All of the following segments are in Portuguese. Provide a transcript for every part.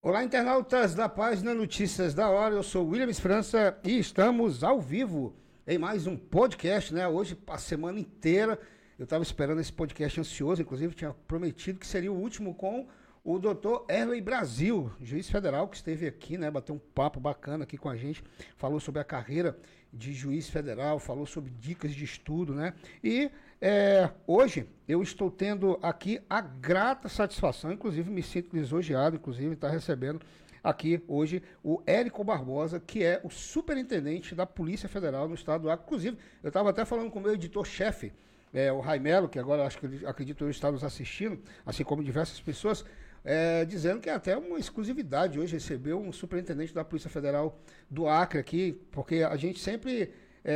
Olá, internautas da página Notícias da Hora. Eu sou o William França e estamos ao vivo em mais um podcast, né? Hoje, a semana inteira, eu estava esperando esse podcast ansioso, inclusive tinha prometido que seria o último com o doutor Erley Brasil, juiz federal, que esteve aqui, né? Bateu um papo bacana aqui com a gente, falou sobre a carreira de juiz federal, falou sobre dicas de estudo, né? E hoje eu estou tendo aqui a grata satisfação, inclusive me sinto lisonjeado, inclusive estar recebendo aqui hoje o Érico Barbosa, que é o superintendente da Polícia Federal no estado do Acre. Inclusive, eu estava até falando com o meu editor-chefe, o Raimelo, que agora acho que ele, acredito eu está nos assistindo, assim como diversas pessoas, dizendo que é até uma exclusividade hoje receber um superintendente da Polícia Federal do Acre aqui, porque a gente sempre...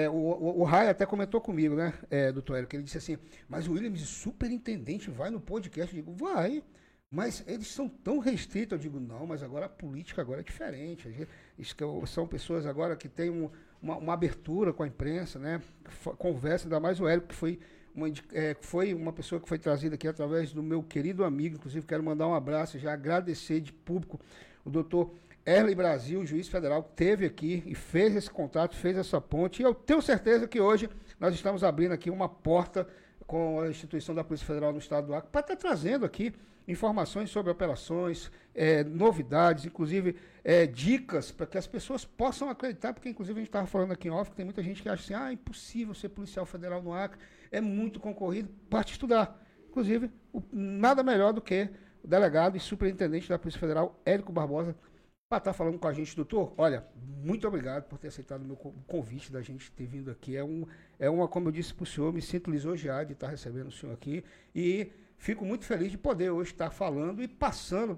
o Rai até comentou comigo, né, doutor Érico, ele disse assim, mas o Williams, superintendente, vai no podcast? Eu digo, vai, mas eles são tão restritos. Eu digo, não, mas agora a política agora é diferente. São pessoas agora que têm uma abertura com a imprensa, né, conversa, ainda mais o Érico, que foi uma pessoa que foi trazida aqui através do meu querido amigo, inclusive quero mandar um abraço e já agradecer de público o doutor Erley Brasil, juiz federal, que esteve aqui e fez esse contato, fez essa ponte. E eu tenho certeza que hoje nós estamos abrindo aqui uma porta com a instituição da Polícia Federal no estado do Acre para estar trazendo aqui informações sobre operações, novidades, inclusive dicas para que as pessoas possam acreditar, porque inclusive a gente estava falando aqui em off que tem muita gente que acha assim, é impossível ser policial federal no Acre, é muito concorrido, parte estudar. Inclusive, nada melhor do que o delegado e superintendente da Polícia Federal, Érico Barbosa, para estar falando com a gente, doutor. Olha, muito obrigado por ter aceitado o meu convite da gente ter vindo aqui. Como eu disse para o senhor, me sinto lisonjeado de estar recebendo o senhor aqui e fico muito feliz de poder hoje estar falando e passando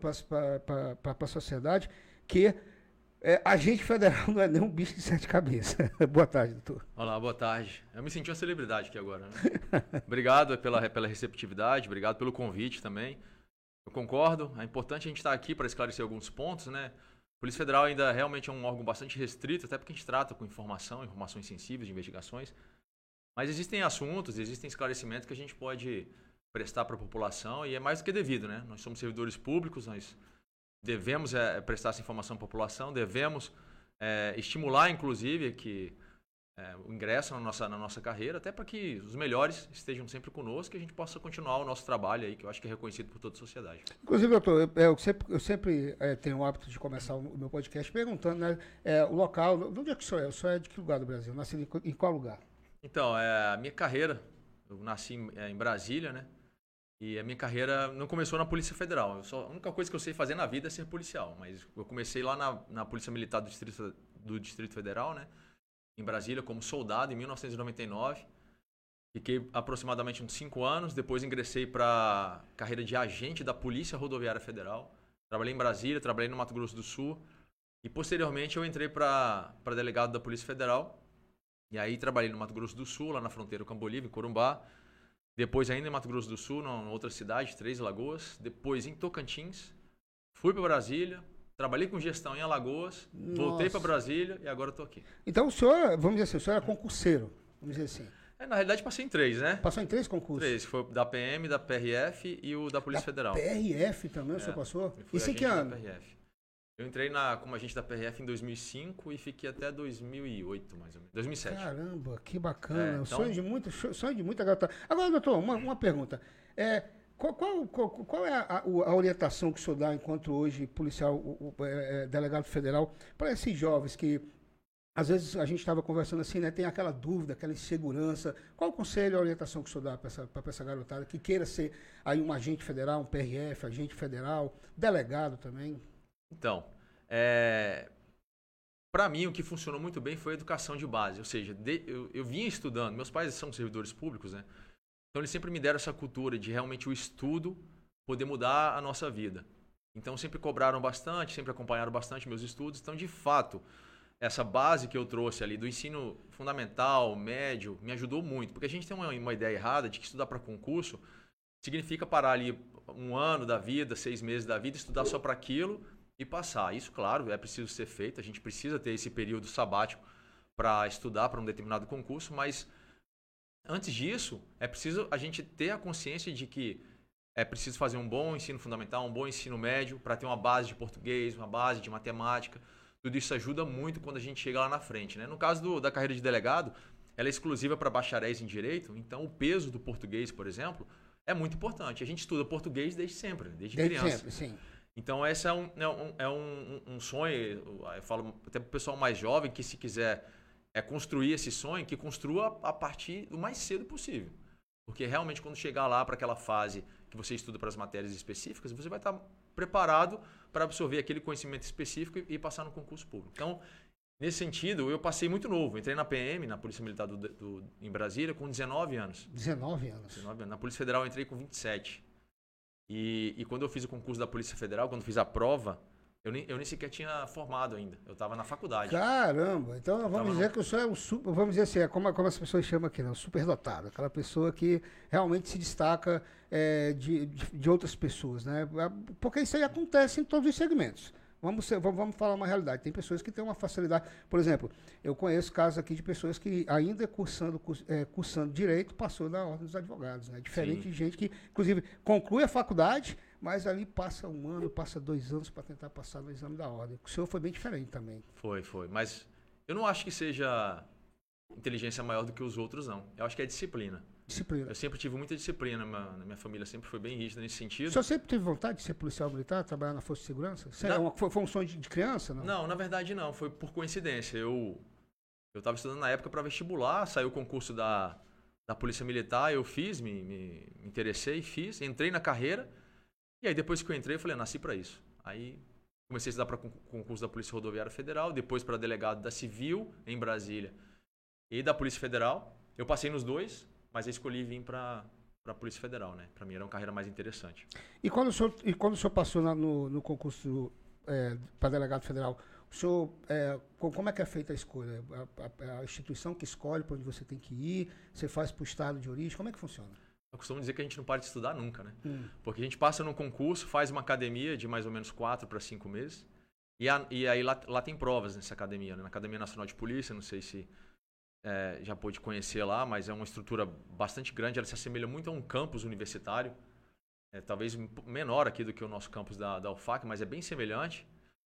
para a sociedade que agente federal não é nem um bicho de sete cabeças. Boa tarde, doutor. Olá, boa tarde. Eu me senti uma celebridade aqui agora, né? Obrigado pela receptividade, obrigado pelo convite também. Eu concordo, é importante a gente estar aqui para esclarecer alguns pontos, né? A Polícia Federal ainda realmente é um órgão bastante restrito, até porque a gente trata com informações sensíveis de investigações. Mas existem assuntos, existem esclarecimentos que a gente pode prestar para a população e é mais do que devido, né? Nós somos servidores públicos, nós devemos prestar essa informação à população, devemos estimular, inclusive, que o ingresso na nossa carreira, até para que os melhores estejam sempre conosco e a gente possa continuar o nosso trabalho aí, que eu acho que é reconhecido por toda a sociedade. Inclusive, doutor, eu sempre tenho o hábito de começar o meu podcast perguntando, né, o local, de onde é que o senhor é? O senhor é de que lugar do Brasil? Nascido em qual lugar? Então, a minha carreira, eu nasci em Brasília, né? E a minha carreira não começou na Polícia Federal. A única coisa que eu sei fazer na vida é ser policial, mas eu comecei lá na Polícia Militar do Distrito Federal, né? Em Brasília, como soldado, em 1999. Fiquei aproximadamente uns 5 anos. Depois ingressei para a carreira de agente da Polícia Rodoviária Federal. Trabalhei em Brasília, trabalhei no Mato Grosso do Sul. E posteriormente eu entrei para delegado da Polícia Federal. E aí trabalhei no Mato Grosso do Sul, lá na fronteira com Bolívia, em Corumbá. Depois ainda em Mato Grosso do Sul, em outra cidade, Três Lagoas. Depois em Tocantins. Fui para Brasília. Trabalhei com gestão em Alagoas, voltei para Brasília e agora estou aqui. Então o senhor, vamos dizer assim, o senhor era concurseiro, vamos dizer assim. Na realidade passei em 3, né? Passou em 3 concursos? 3, que foi da PM, da PRF e o da Polícia Federal. PRF também o senhor passou? Isso em que ano? Eu entrei como agente da PRF em 2005 e fiquei até 2008, mais ou menos. 2007. Caramba, que bacana. Sonho de muita garota. Agora, doutor, uma pergunta. Qual é a orientação que o senhor dá enquanto hoje policial, delegado federal, para esses jovens que, às vezes, a gente estava conversando assim, né, tem aquela dúvida, aquela insegurança. Qual o conselho e a orientação que o senhor dá para essa garotada que queira ser aí um agente federal, um PRF, agente federal, delegado também? Então, para mim o que funcionou muito bem foi a educação de base. Ou seja, eu vinha estudando, meus pais são servidores públicos, né? Então eles sempre me deram essa cultura de realmente o estudo poder mudar a nossa vida. Então sempre cobraram bastante, sempre acompanharam bastante meus estudos. Então, de fato, essa base que eu trouxe ali do ensino fundamental, médio, me ajudou muito. Porque a gente tem uma ideia errada de que estudar para concurso significa parar ali 1 ano da vida, 6 meses da vida, estudar só para aquilo e passar. Isso, claro, é preciso ser feito. A gente precisa ter esse período sabático para estudar para um determinado concurso, mas antes disso, é preciso a gente ter a consciência de que é preciso fazer um bom ensino fundamental, um bom ensino médio, para ter uma base de português, uma base de matemática. Tudo isso ajuda muito quando a gente chega lá na frente, né? No caso da carreira de delegado, ela é exclusiva para bacharéis em direito, então o peso do português, por exemplo, é muito importante. A gente estuda português desde sempre, desde criança. Desde sempre, sim. Então, esse é um sonho, eu falo até para o pessoal mais jovem, que se quiser construir esse sonho, que construa a partir do mais cedo possível. Porque realmente quando chegar lá para aquela fase que você estuda para as matérias específicas, você vai estar preparado para absorver aquele conhecimento específico e passar no concurso público. Então, nesse sentido, eu passei muito novo. Entrei na PM, na Polícia Militar em Brasília, com 19 anos. 19 anos. 19 anos. Na Polícia Federal eu entrei com 27. E quando eu fiz o concurso da Polícia Federal, quando fiz a prova, eu nem sequer tinha formado ainda. Eu estava na faculdade. Caramba! Então vamos dizer que o senhor é um super, vamos dizer assim, é como as pessoas chamam aqui, né? Um superdotado. Aquela pessoa que realmente se destaca de outras pessoas, né? Porque isso aí acontece em todos os segmentos. Vamos falar uma realidade. Tem pessoas que têm uma facilidade. Por exemplo, eu conheço casos aqui de pessoas que ainda cursando direito passou na ordem dos advogados, né? Diferente de gente que, inclusive, conclui a faculdade, mas ali passa 1 ano, passa 2 anos para tentar passar no exame da ordem. O senhor foi bem diferente também. Foi. Mas eu não acho que seja inteligência maior do que os outros, não. Eu acho que é disciplina. Eu sempre tive muita disciplina, na minha família sempre foi bem rígida nesse sentido. O senhor sempre teve vontade de ser policial militar, trabalhar na Força de Segurança? Foi um sonho de criança? Não, na verdade não, foi por coincidência. Eu estava estudando na época para vestibular, saiu o concurso da Polícia Militar, eu fiz, me interessei, fiz, entrei na carreira, e aí depois que eu entrei eu falei, nasci para isso. Aí comecei a estudar para concurso da Polícia Rodoviária Federal, depois para delegado da Civil em Brasília e da Polícia Federal. Eu passei nos dois, mas eu escolhi vir para a Polícia Federal, né? Para mim era uma carreira mais interessante. E quando o senhor passou no concurso para delegado federal, o senhor, como é que é feita a escolha? A instituição que escolhe para onde você tem que ir? Você faz para o estado de origem? Como é que funciona? Eu costumo dizer que a gente não para de estudar nunca, né? Porque a gente passa num concurso, faz uma academia de mais ou menos 4 para 5 meses, e aí lá tem provas nessa academia, né? Na Academia Nacional de Polícia, não sei se já pôde conhecer lá, mas é uma estrutura bastante grande, ela se assemelha muito a um campus universitário, talvez menor aqui do que o nosso campus da UFAC, mas é bem semelhante.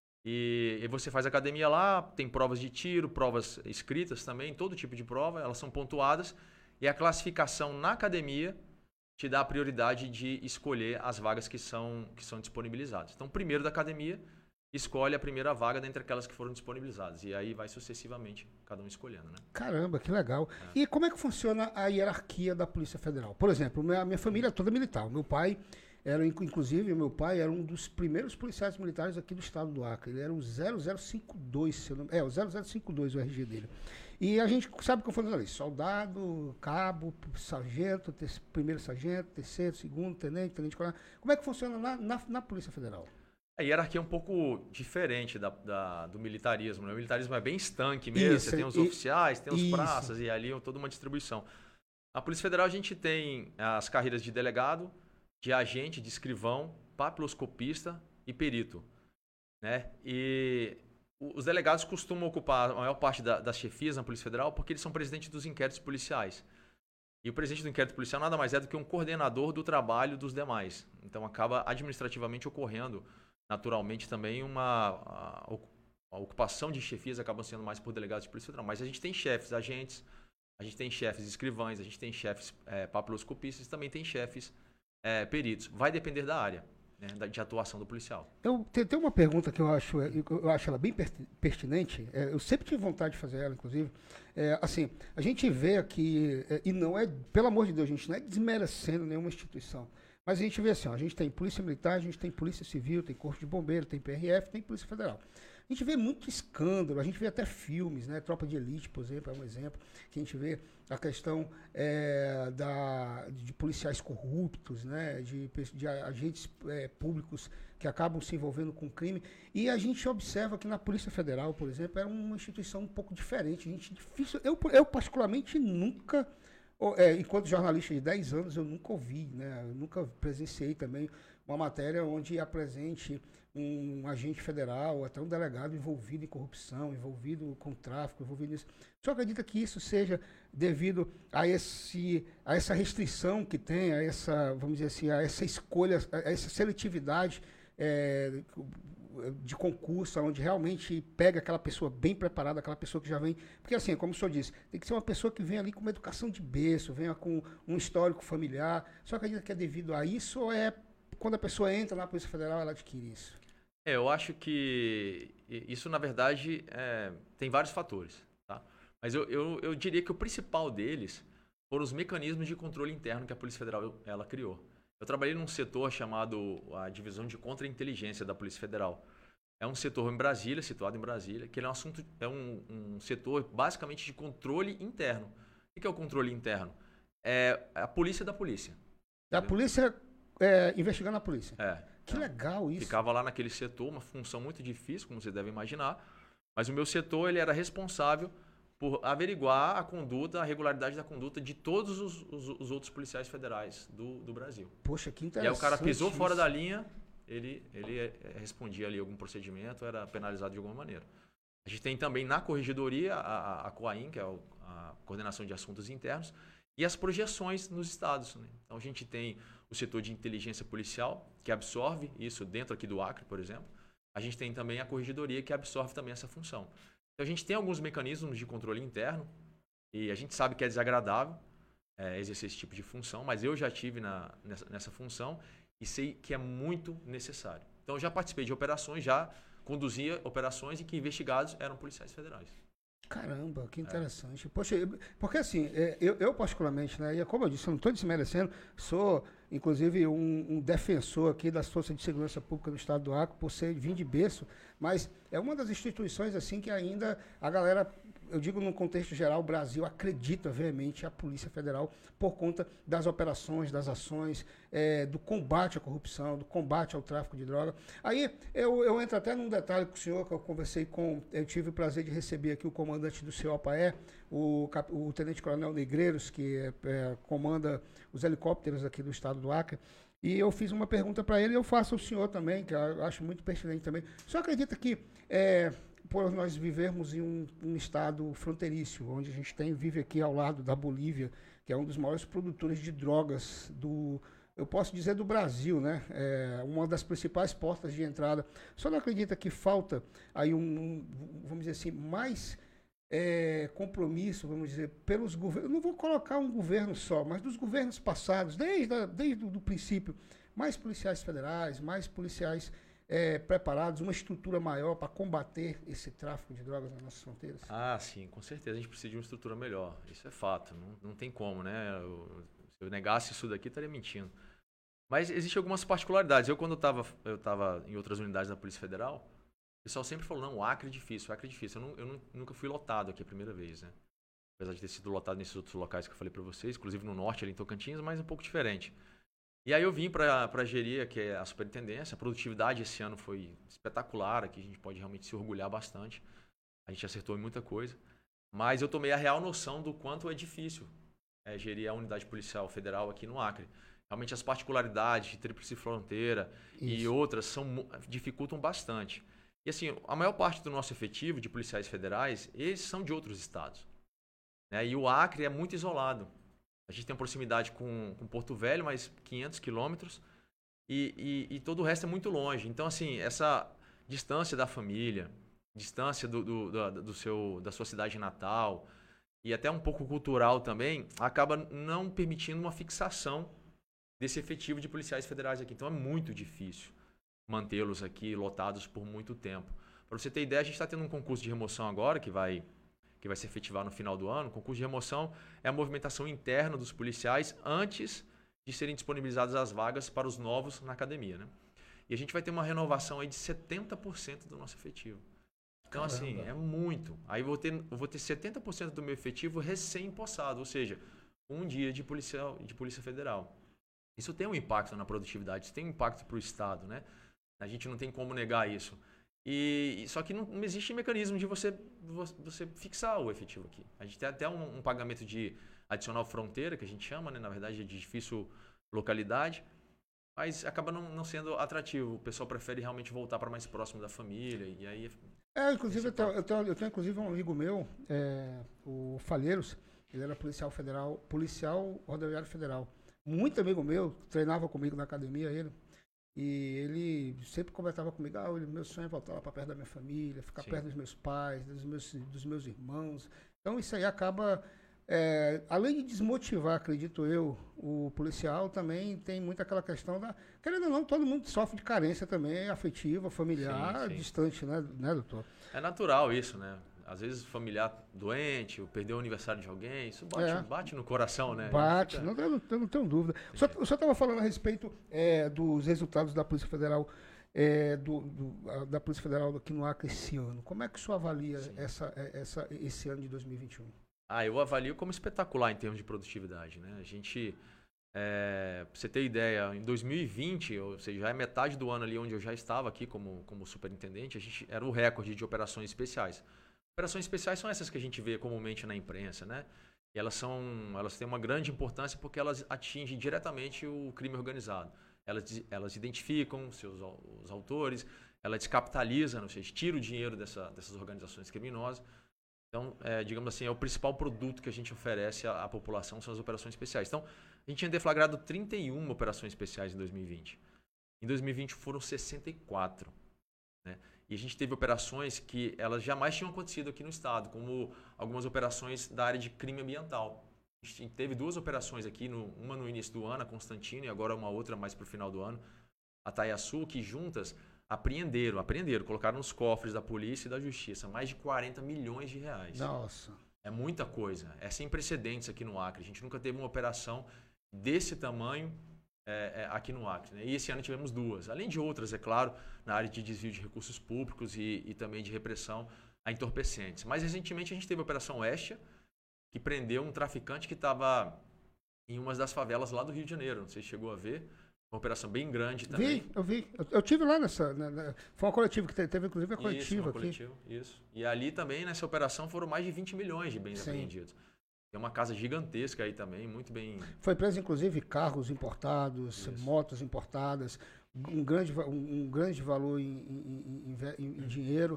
E você faz academia lá, tem provas de tiro, provas escritas também, todo tipo de prova, elas são pontuadas, e a classificação na academia te dá a prioridade de escolher as vagas que são disponibilizadas. Então, primeiro da academia, escolhe a primeira vaga dentre aquelas que foram disponibilizadas. E aí vai sucessivamente, cada um escolhendo, né? Caramba, que legal. E como é que funciona a hierarquia da Polícia Federal? Por exemplo, a minha família é toda militar. Meu pai inclusive, meu pai era um dos primeiros policiais militares aqui do estado do Acre. Ele era o 0052, se eu não... o 0052 o RG dele. E a gente sabe o que eu falo ali, soldado, cabo, sargento, primeiro sargento, terceiro, segundo, tenente coronel. Como é que funciona na Polícia Federal? A hierarquia é um pouco diferente do militarismo, né? O militarismo é bem estanque mesmo, você tem os oficiais, tem os praças e ali toda uma distribuição. Na Polícia Federal a gente tem as carreiras de delegado, de agente, de escrivão, papiloscopista e perito, né? E os delegados costumam ocupar a maior parte das chefias na Polícia Federal porque eles são presidentes dos inquéritos policiais. E o presidente do inquérito policial nada mais é do que um coordenador do trabalho dos demais. Então acaba administrativamente ocorrendo naturalmente também a ocupação de chefias acabam sendo mais por delegados de Polícia Federal. Mas a gente tem chefes agentes, a gente tem chefes escrivães, a gente tem chefes papiloscopistas e também tem chefes peritos. Vai depender da área, né, de atuação do policial. Tem uma pergunta que eu acho ela bem pertinente. Eu sempre tive vontade de fazer ela, inclusive. Assim, a gente vê aqui, e não é, pelo amor de Deus, a gente não é desmerecendo nenhuma instituição. Mas a gente vê assim, a gente tem Polícia Militar, a gente tem Polícia Civil, tem Corpo de Bombeiro, tem PRF, tem Polícia Federal. A gente vê muito escândalo, a gente vê até filmes, né? Tropa de Elite, por exemplo, é um exemplo, que a gente vê a questão de policiais corruptos, né? De agentes públicos que acabam se envolvendo com crime. E a gente observa que na Polícia Federal, por exemplo, é uma instituição um pouco diferente. Eu particularmente nunca... enquanto jornalista de 10 anos, eu nunca ouvi, né? Eu nunca presenciei também uma matéria onde apresente um agente federal, até um delegado envolvido em corrupção, envolvido com tráfico, envolvido nisso. Você acredita que isso seja devido a essa restrição que tem, a essa, vamos dizer assim, a essa escolha, a essa seletividade de concurso, onde realmente pega aquela pessoa bem preparada, aquela pessoa que já vem... Porque assim, como o senhor disse, tem que ser uma pessoa que venha ali com uma educação de berço, venha com um histórico familiar. Só acredita que é devido a isso ou é quando a pessoa entra na Polícia Federal ela adquire isso? Eu acho que isso, na verdade, tem vários fatores, tá? Mas eu diria que o principal deles foram os mecanismos de controle interno que a Polícia Federal ela criou. Eu trabalhei num setor chamado a Divisão de Contra-Inteligência da Polícia Federal. É um setor em Brasília, situado em Brasília, que ele é um setor basicamente de controle interno. O que é o controle interno? É a polícia da polícia. Da polícia investigando a polícia. Que legal isso. Ficava lá naquele setor, uma função muito difícil, como você deve imaginar. Mas o meu setor ele era responsável por averiguar a conduta, a regularidade da conduta de todos os outros policiais federais do Brasil. Poxa, que interessante. E aí o cara pisou fora da linha, ele respondia ali algum procedimento, era penalizado de alguma maneira. A gente tem também na corregedoria a COAIN, que é a Coordenação de Assuntos Internos, e as projeções nos estados. Né? Então a gente tem o setor de inteligência policial, que absorve isso dentro aqui do Acre, por exemplo. A gente tem também a corregedoria, que absorve também essa função. Então a gente tem alguns mecanismos de controle interno, e a gente sabe que é desagradável exercer esse tipo de função, mas eu já tive nessa função e sei que é muito necessário. Então eu já participei de operações, já conduzia operações em que investigados eram policiais federais. Caramba, que interessante. Poxa, porque assim, eu particularmente, né, e como eu disse, eu não estou desmerecendo, sou inclusive um defensor aqui das forças de segurança pública do estado do Acre, por vir de berço, mas é uma das instituições assim que ainda a galera, eu digo num contexto geral, o Brasil acredita veemente a Polícia Federal por conta das operações, das ações, do combate à corrupção, do combate ao tráfico de droga. Aí eu entro até num detalhe com o senhor, que eu tive o prazer de receber aqui o comandante do CEOPAE, o Tenente Coronel Negreiros, que comanda os helicópteros aqui do estado do Acre. E eu fiz uma pergunta para ele e eu faço ao senhor também, que eu acho muito pertinente também. O senhor acredita que por nós vivermos em um estado fronteiriço, onde a gente vive aqui ao lado da Bolívia, que é um dos maiores produtores de drogas eu posso dizer do Brasil, né? Uma das principais portas de entrada. Só não acredita que falta aí vamos dizer assim, mais compromisso, vamos dizer, pelos governos. Não vou colocar um governo só, mas dos governos passados, desde o princípio, mais policiais federais, mais policiais preparados, uma estrutura maior para combater esse tráfico de drogas nas nossas fronteiras? Ah, sim, com certeza a gente precisa de uma estrutura melhor. Isso é fato, não tem como, né? Se eu negasse isso daqui, estaria mentindo. Mas existem algumas particularidades. Quando eu estava em outras unidades da Polícia Federal, o pessoal sempre falou, não, o Acre é difícil, o Acre é difícil. Eu nunca fui lotado aqui a primeira vez, né? Apesar de ter sido lotado nesses outros locais que eu falei para vocês, inclusive no norte, ali em Tocantins, mas um pouco diferente. E aí eu vim para a Geria, que é a superintendência. A produtividade esse ano foi espetacular, aqui a gente pode realmente se orgulhar bastante. A gente acertou em muita coisa. Mas eu tomei a real noção do quanto é difícil gerir a unidade policial federal aqui no Acre. Realmente as particularidades de tríplice fronteira e outras dificultam bastante. E assim, a maior parte do nosso efetivo de policiais federais, eles são de outros estados. Né? E o Acre é muito isolado. A gente tem proximidade com Porto Velho, mais 500 quilômetros, e todo o resto é muito longe. Então, assim, essa distância da família, distância da sua cidade natal, e até um pouco cultural também, acaba não permitindo uma fixação desse efetivo de policiais federais aqui. Então, é muito difícil mantê-los aqui lotados por muito tempo. Para você ter ideia, a gente está tendo um concurso de remoção agora, que vai se efetivar no final do ano. O concurso de remoção é a movimentação interna dos policiais antes de serem disponibilizadas as vagas para os novos na academia. Né? E a gente vai ter uma renovação aí de 70% do nosso efetivo. Então, caramba, assim, é muito. Aí eu vou ter 70% do meu efetivo recém-empossado, ou seja, um dia de Polícia Federal. Isso tem um impacto na produtividade, isso tem um impacto para o Estado, né? A gente não tem como negar isso. Só que não existe mecanismo de você fixar o efetivo aqui. A gente tem até um pagamento de adicional fronteira, que a gente chama, né? Na verdade, é de difícil localidade. mas acaba não sendo atrativo. O pessoal prefere realmente voltar para mais próximo da família, e aí... Inclusive, eu tenho inclusive um amigo meu, o Falheiros, ele era policial rodoviário federal. Muito amigo meu, treinava comigo na academia, ele. E ele sempre conversava comigo, meu sonho é voltar lá para perto da minha família, ficar perto dos meus pais, dos meus irmãos. Então isso aí acaba, além de desmotivar, acredito eu, o policial, também tem muito aquela questão querendo ou não, todo mundo sofre de carência também, afetiva, familiar, distante, né, doutor? É natural isso, né? Às vezes familiar doente, ou perdeu o aniversário de alguém, isso bate no coração, né? Bate, eu não tenho dúvida. O senhor estava falando a respeito dos resultados da Polícia Federal, da Polícia Federal aqui no Acre esse ano. Como é que o senhor avalia esse ano de 2021? Eu avalio como espetacular em termos de produtividade, né? A gente, pra você ter ideia, em 2020, ou seja, já é metade do ano ali onde eu já estava aqui como superintendente, a gente era o recorde de operações especiais. Operações especiais são essas que a gente vê comumente na imprensa, né? E elas têm uma grande importância porque elas atingem diretamente o crime organizado. Elas identificam os autores, elas descapitalizam, ou seja, tiram o dinheiro dessas organizações criminosas. Então, digamos assim, é o principal produto que a gente oferece à população, são as operações especiais. Então, a gente tinha deflagrado 31 operações especiais em 2020. Em 2020 foram 64, né? E a gente teve operações que elas jamais tinham acontecido aqui no estado, como algumas operações da área de crime ambiental. A gente teve 2 operações aqui, uma no início do ano, a Constantino, e agora uma outra mais para o final do ano, a Taiaçu, que juntas apreenderam, colocaram nos cofres da polícia e da justiça mais de 40 milhões de reais. Nossa! É muita coisa, é sem precedentes aqui no Acre. A gente nunca teve uma operação desse tamanho aqui no Acre, né? E esse ano tivemos 2, além de outras, é claro, na área de desvio de recursos públicos e também de repressão a entorpecentes. Mais recentemente a gente teve a Operação Hestia, que prendeu um traficante que estava em uma das favelas lá do Rio de Janeiro. Não sei se chegou a ver. Uma operação bem grande também. Eu vi. Eu tive lá foi uma coletiva que teve inclusive a coletiva aqui. Isso. E ali também, nessa operação, foram mais de 20 milhões de bens apreendidos. Tem uma casa gigantesca aí também, muito bem... Foi preso, inclusive, carros importados, motos importadas, um grande valor em dinheiro,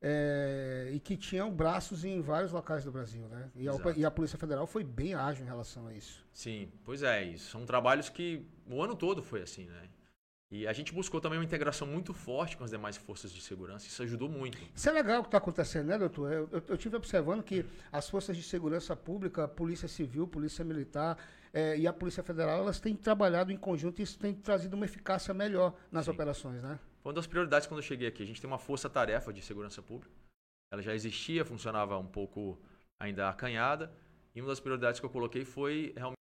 e que tinham braços em vários locais do Brasil, né? E a Polícia Federal foi bem ágil em relação a isso. Sim, pois é. Isso são trabalhos que o ano todo foi assim, né? E a gente buscou também uma integração muito forte com as demais forças de segurança. Isso ajudou muito. Isso é legal o que está acontecendo, né, doutor? Eu estive observando que as forças de segurança pública, a Polícia Civil, Polícia Militar e a Polícia Federal, elas têm trabalhado em conjunto e isso tem trazido uma eficácia melhor nas operações, né? Foi uma das prioridades quando eu cheguei aqui. A gente tem uma força-tarefa de segurança pública. Ela já existia, funcionava um pouco ainda acanhada. E uma das prioridades que eu coloquei foi realmente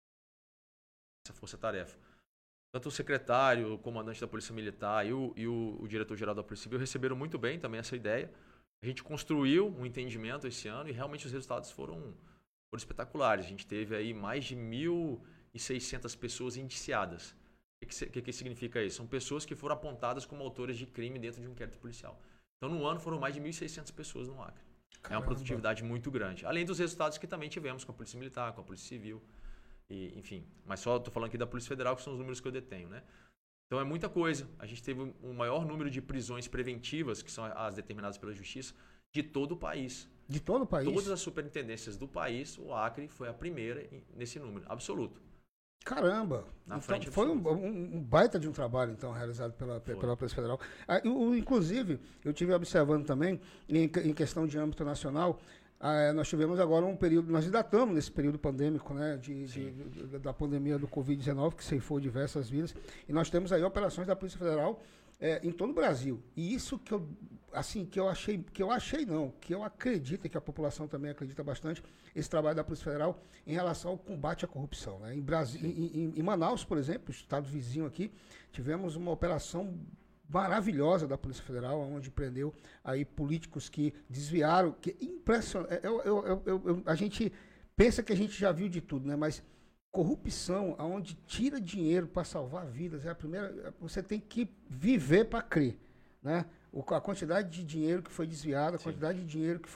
essa força-tarefa. Tanto o secretário, o comandante da Polícia Militar e o diretor-geral da Polícia Civil receberam muito bem também essa ideia. A gente construiu um entendimento esse ano e realmente os resultados foram espetaculares. A gente teve aí mais de 1.600 pessoas indiciadas. O que significa isso? São pessoas que foram apontadas como autores de crime dentro de um inquérito policial. Então, no ano, foram mais de 1.600 pessoas no Acre. Caramba. É uma produtividade muito grande. Além dos resultados que também tivemos com a Polícia Militar, com a Polícia Civil. Enfim, mas só estou falando aqui da Polícia Federal, que são os números que eu detenho, né? Então é muita coisa. A gente teve o maior número de prisões preventivas, que são as determinadas pela Justiça, de todo o país. De todo o país? Todas as superintendência do país, o Acre foi a primeira nesse número, absoluto. Caramba! Na frente foi um baita de um trabalho, então, realizado pela Polícia Federal. Inclusive, eu tive observando também, em questão de âmbito nacional, nós tivemos agora um período, nós ainda estamos nesse período pandêmico, né, da pandemia do Covid-19, que ceifou diversas vidas, e nós temos aí operações da Polícia Federal em todo o Brasil. E isso que eu acredito, e que a população também acredita bastante, esse trabalho da Polícia Federal em relação ao combate à corrupção, né? Em Manaus, por exemplo, estado vizinho aqui, tivemos uma operação maravilhosa da Polícia Federal, onde prendeu aí políticos que desviaram, que impressionante. A gente pensa que a gente já viu de tudo, né? Mas corrupção, onde tira dinheiro para salvar vidas, é a primeira. Você tem que viver para crer, né? A quantidade de dinheiro que foi desviada, a quantidade de dinheiro que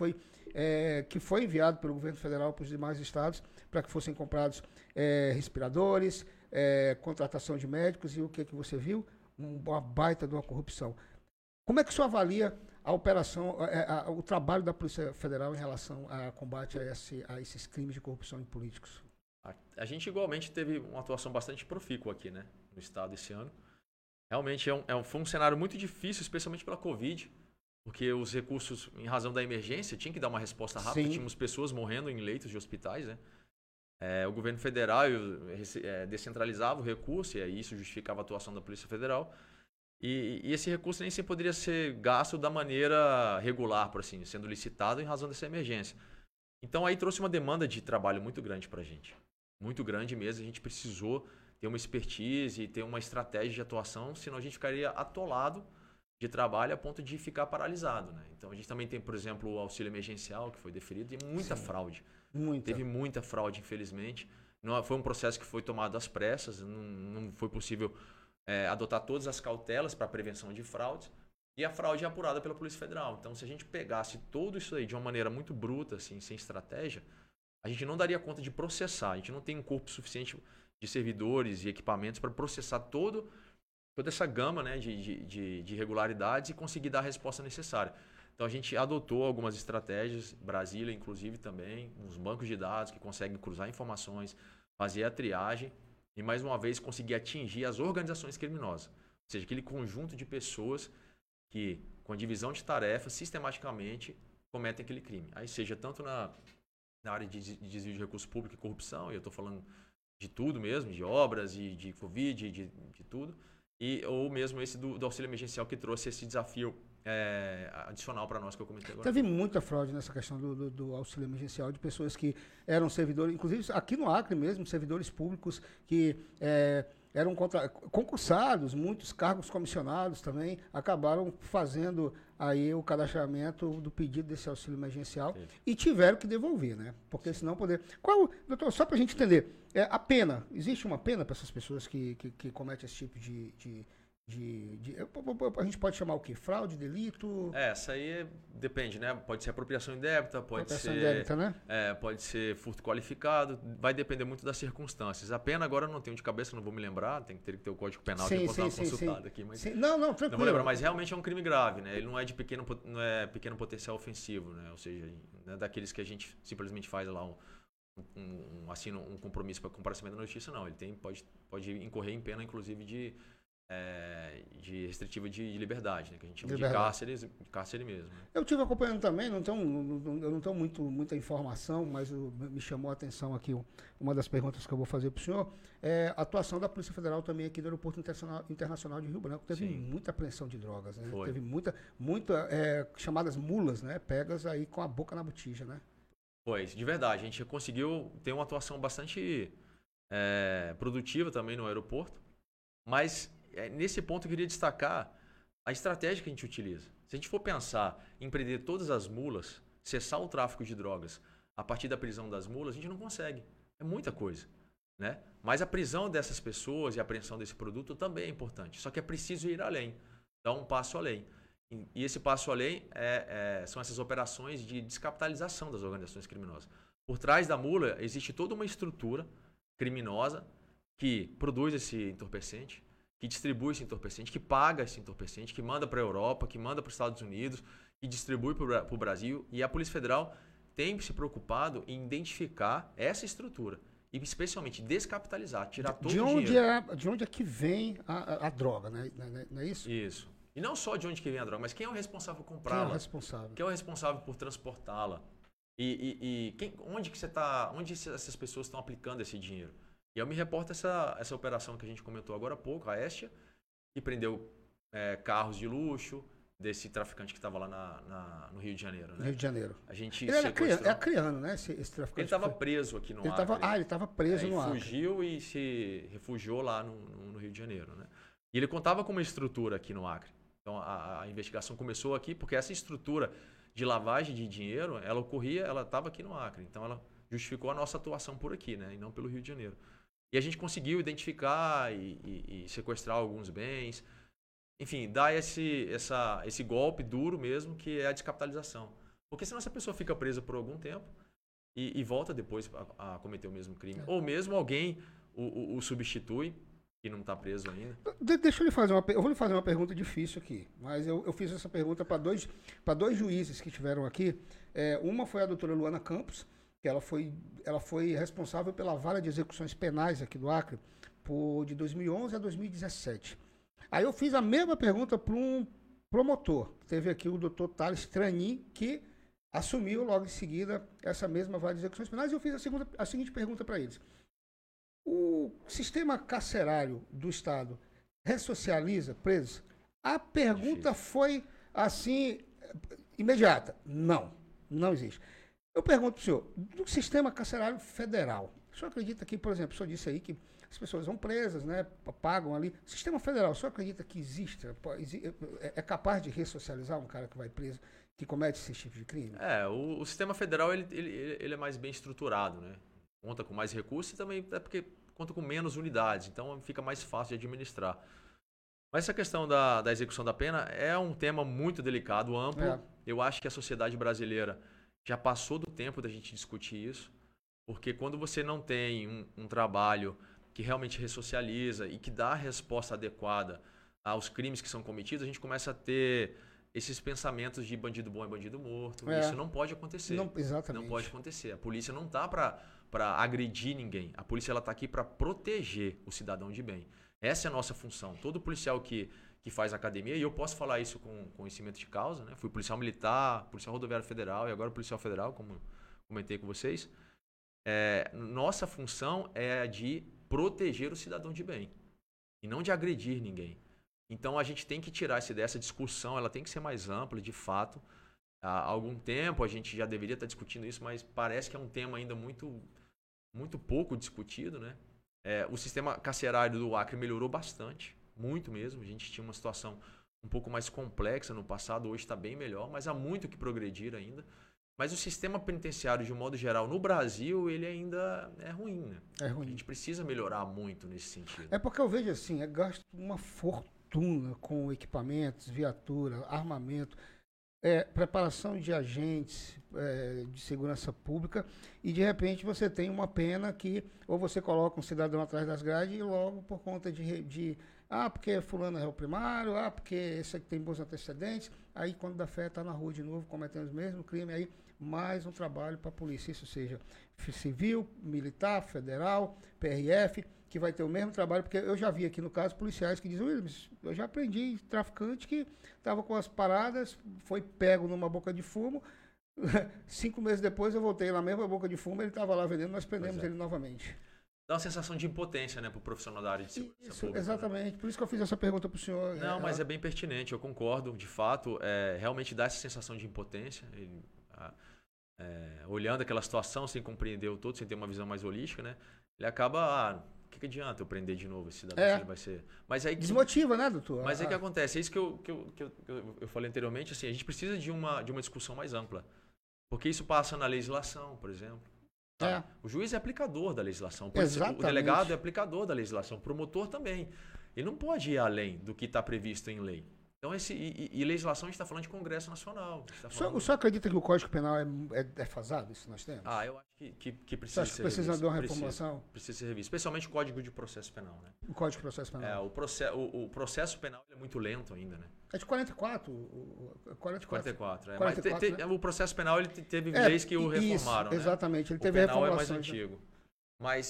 foi enviado pelo governo federal para os demais estados para que fossem comprados respiradores, contratação de médicos e o que você viu? Uma baita de uma corrupção. Como é que o senhor avalia a operação, o trabalho da Polícia Federal em relação ao combate a esses crimes de corrupção em políticos? A gente igualmente teve uma atuação bastante profícua aqui, né, no estado esse ano. Realmente foi um cenário muito difícil, especialmente pela Covid, porque os recursos, em razão da emergência, tinha que dar uma resposta rápida. Sim. Tínhamos pessoas morrendo em leitos de hospitais, né? O governo federal descentralizava o recurso, e aí isso justificava a atuação da Polícia Federal. E esse recurso nem sempre poderia ser gasto da maneira regular, por assim, sendo licitado em razão dessa emergência. Então aí trouxe uma demanda de trabalho muito grande para a gente. Muito grande mesmo. A gente precisou ter uma expertise e ter uma estratégia de atuação, senão a gente ficaria atolado de trabalho a ponto de ficar paralisado, né? Então a gente também tem, por exemplo, o auxílio emergencial que foi deferido e muita fraude. Teve muita fraude, infelizmente. Não, foi um processo que foi tomado às pressas, não foi possível adotar todas as cautelas para a prevenção de fraudes. E a fraude é apurada pela Polícia Federal. Então, se a gente pegasse tudo isso aí de uma maneira muito bruta, assim, sem estratégia, a gente não daria conta de processar. A gente não tem um corpo suficiente de servidores e equipamentos para processar toda essa gama, né, de irregularidades e conseguir dar a resposta necessária. Então, a gente adotou algumas estratégias, Brasília, inclusive, também, uns bancos de dados que conseguem cruzar informações, fazer a triagem e, mais uma vez, conseguir atingir as organizações criminosas. Ou seja, aquele conjunto de pessoas que, com a divisão de tarefas, sistematicamente cometem aquele crime. Aí seja tanto na área de desvio de recurso público e corrupção, e eu estou falando de tudo mesmo, de obras e de Covid, de tudo, ou mesmo esse do auxílio emergencial que trouxe esse desafio adicional para nós que eu comentei agora. Teve muita fraude nessa questão do auxílio emergencial, de pessoas que eram servidores, inclusive aqui no Acre mesmo, servidores públicos que eram concursados, muitos cargos comissionados também, acabaram fazendo aí o cadastramento do pedido desse auxílio emergencial. Sim. E tiveram que devolver, né? Porque senão poder... Doutor, só para a gente entender, a pena, existe uma pena para essas pessoas que cometem esse tipo a gente pode chamar o quê? Fraude, delito? Essa aí depende, né? Pode ser apropriação indébita, pode ser indébita, né? Pode ser furto qualificado, vai depender muito das circunstâncias. A pena agora eu não tenho de cabeça, não vou me lembrar, teria que ter o Código Penal, que eu posso dar uma consultada aqui. Mas não, tranquilo. Não vou lembrar, mas realmente é um crime grave, né? Ele não é de pequeno potencial ofensivo, né? Ou seja, não é daqueles que a gente simplesmente faz lá assina um compromisso para comparecimento da justiça, não. Ele pode incorrer em pena, inclusive, de restritiva de liberdade, né? Que a gente chama de cárcere mesmo. Né? Eu estive acompanhando também, eu não tenho muita informação, mas me chamou a atenção aqui uma das perguntas que eu vou fazer para o senhor, a atuação da Polícia Federal também aqui do Aeroporto Internacional de Rio Branco. Teve muita apreensão de drogas, né? Foi. Teve muita chamadas mulas, né? Pegas aí com a boca na botija, né? Pois, de verdade, a gente conseguiu ter uma atuação bastante produtiva também no aeroporto, mas nesse ponto eu queria destacar a estratégia que a gente utiliza. Se a gente for pensar em prender todas as mulas, cessar o tráfico de drogas a partir da prisão das mulas, a gente não consegue. É muita coisa, né? Mas a prisão dessas pessoas e a apreensão desse produto também é importante. Só que é preciso ir além, dar um passo além. E esse passo além são essas operações de descapitalização das organizações criminosas. Por trás da mula existe toda uma estrutura criminosa que produz esse entorpecente, que distribui esse entorpecente, que paga esse entorpecente, que manda para a Europa, que manda para os Estados Unidos, que distribui para o Brasil. E a Polícia Federal tem se preocupado em identificar essa estrutura e especialmente descapitalizar, tirar todo o dinheiro. De onde é que vem a droga, né? Não é isso? Isso. E não só de onde que vem a droga, mas quem é o responsável por comprá-la? Quem é o responsável? Quem é o responsável por transportá-la? Onde essas pessoas estão aplicando esse dinheiro? E eu me reporto essa operação que a gente comentou agora há pouco, a Estia, que prendeu carros de luxo desse traficante que estava lá no Rio de Janeiro. Né? Rio de Janeiro. Ele era acriano, né? Esse traficante. Ele estava preso aqui no Acre. Ele estava preso no Acre. Ele fugiu e se refugiou lá no Rio de Janeiro. Né? E ele contava com uma estrutura aqui no Acre. Então a investigação começou aqui porque essa estrutura de lavagem de dinheiro, ela estava aqui no Acre. Então ela justificou a nossa atuação por aqui, né? E não pelo Rio de Janeiro. E a gente conseguiu identificar e sequestrar alguns bens. Enfim, dar esse golpe duro mesmo, que é a descapitalização. Porque senão essa pessoa fica presa por algum tempo e volta depois a cometer o mesmo crime. Ou mesmo alguém o substitui, que não está preso ainda. Deixa eu lhe fazer eu vou lhe fazer uma pergunta difícil aqui, mas eu fiz essa pergunta para dois juízes que estiveram aqui. Uma foi a doutora Luana Campos, que ela foi responsável pela Vara de Execuções Penais aqui do Acre, de 2011 a 2017. Aí eu fiz a mesma pergunta para um promotor. Teve aqui o doutor Thales Tranin, que assumiu logo em seguida essa mesma Vara de Execuções Penais, e eu fiz a seguinte pergunta para eles. O sistema carcerário do Estado ressocializa presos? A pergunta foi assim, imediata. Não existe. Eu pergunto para o senhor, do sistema carcerário federal, o senhor acredita que, por exemplo, o senhor disse aí que as pessoas vão presas, né, pagam ali. Sistema federal, o senhor acredita que é capaz de ressocializar um cara que vai preso, que comete esse tipo de crime? O sistema federal ele é mais bem estruturado, né? Conta com mais recursos e também é porque conta com menos unidades, então fica mais fácil de administrar. Mas essa questão da execução da pena é um tema muito delicado, amplo. Eu acho que a sociedade brasileira já passou do tempo da gente discutir isso, porque quando você não tem um trabalho que realmente ressocializa e que dá a resposta adequada aos crimes que são cometidos, a gente começa a ter esses pensamentos de bandido bom é bandido morto. Isso não pode acontecer. Exatamente. Não pode acontecer. A polícia não está para agredir ninguém. A polícia está aqui para proteger o cidadão de bem. Essa é a nossa função. Todo policial que faz academia, e eu posso falar isso com conhecimento de causa, né? Fui policial militar, policial rodoviário federal e agora policial federal, como comentei com vocês. Nossa função é a de proteger o cidadão de bem e não de agredir ninguém. Então a gente tem que tirar essa discussão, ela tem que ser mais ampla, de fato. Há algum tempo a gente já deveria estar discutindo isso, mas parece que é um tema ainda muito, muito pouco discutido, né? O sistema carcerário do Acre melhorou bastante, muito mesmo. A gente tinha uma situação um pouco mais complexa no passado, hoje está bem melhor, mas há muito que progredir ainda. Mas o sistema penitenciário, de um modo geral, no Brasil, ele ainda é ruim, né? É ruim. A gente precisa melhorar muito nesse sentido. É porque eu vejo assim, gasto uma fortuna com equipamentos, viatura, armamento, preparação de agentes de segurança pública, e de repente você tem uma pena que ou você coloca um cidadão atrás das grades e logo por conta porque fulano é réu primário, porque esse aqui tem bons antecedentes, aí quando dá fé está na rua de novo cometendo o mesmo crime, aí mais um trabalho para a polícia, isso seja civil, militar, federal, PRF, que vai ter o mesmo trabalho, porque eu já vi aqui no caso policiais que dizem, Williams, eu já aprendi traficante que estava com as paradas, foi pego numa boca de fumo, 5 meses depois eu voltei na mesma boca de fumo, ele estava lá vendendo, nós prendemos ele novamente. Dá uma sensação de impotência, né, para o profissional da área de segurança pública. Exatamente, né? Por isso que eu fiz essa pergunta para o senhor. Não, mas é bem pertinente, eu concordo, de fato, realmente dá essa sensação de impotência. Olhando aquela situação sem compreender o todo, sem ter uma visão mais holística, né, ele acaba... O que adianta eu prender de novo esse cidadão? Ele vai ser... Mas aí desmotiva, né, doutor? Mas aí que acontece? É isso que eu falei anteriormente. Assim, a gente precisa de uma discussão mais ampla. Porque isso passa na legislação, por exemplo. O juiz é aplicador da legislação. O delegado é aplicador da legislação. O promotor também. Ele não pode ir além do que está previsto em lei. Então, legislação, a gente está falando de Congresso Nacional. O senhor acredita que o Código Penal é defasado, isso nós temos? Eu acho que precisa ser revisto. Precisa de uma reformulação? Precisa ser revisto, especialmente o Código de Processo Penal. Né? O Código de Processo Penal. O processo penal é muito lento ainda. Né? É de 44. 44. Mas né? O processo penal ele teve leis que o reformaram. Isso, exatamente, ele teve reformulação. O penal é mais né? antigo. Mas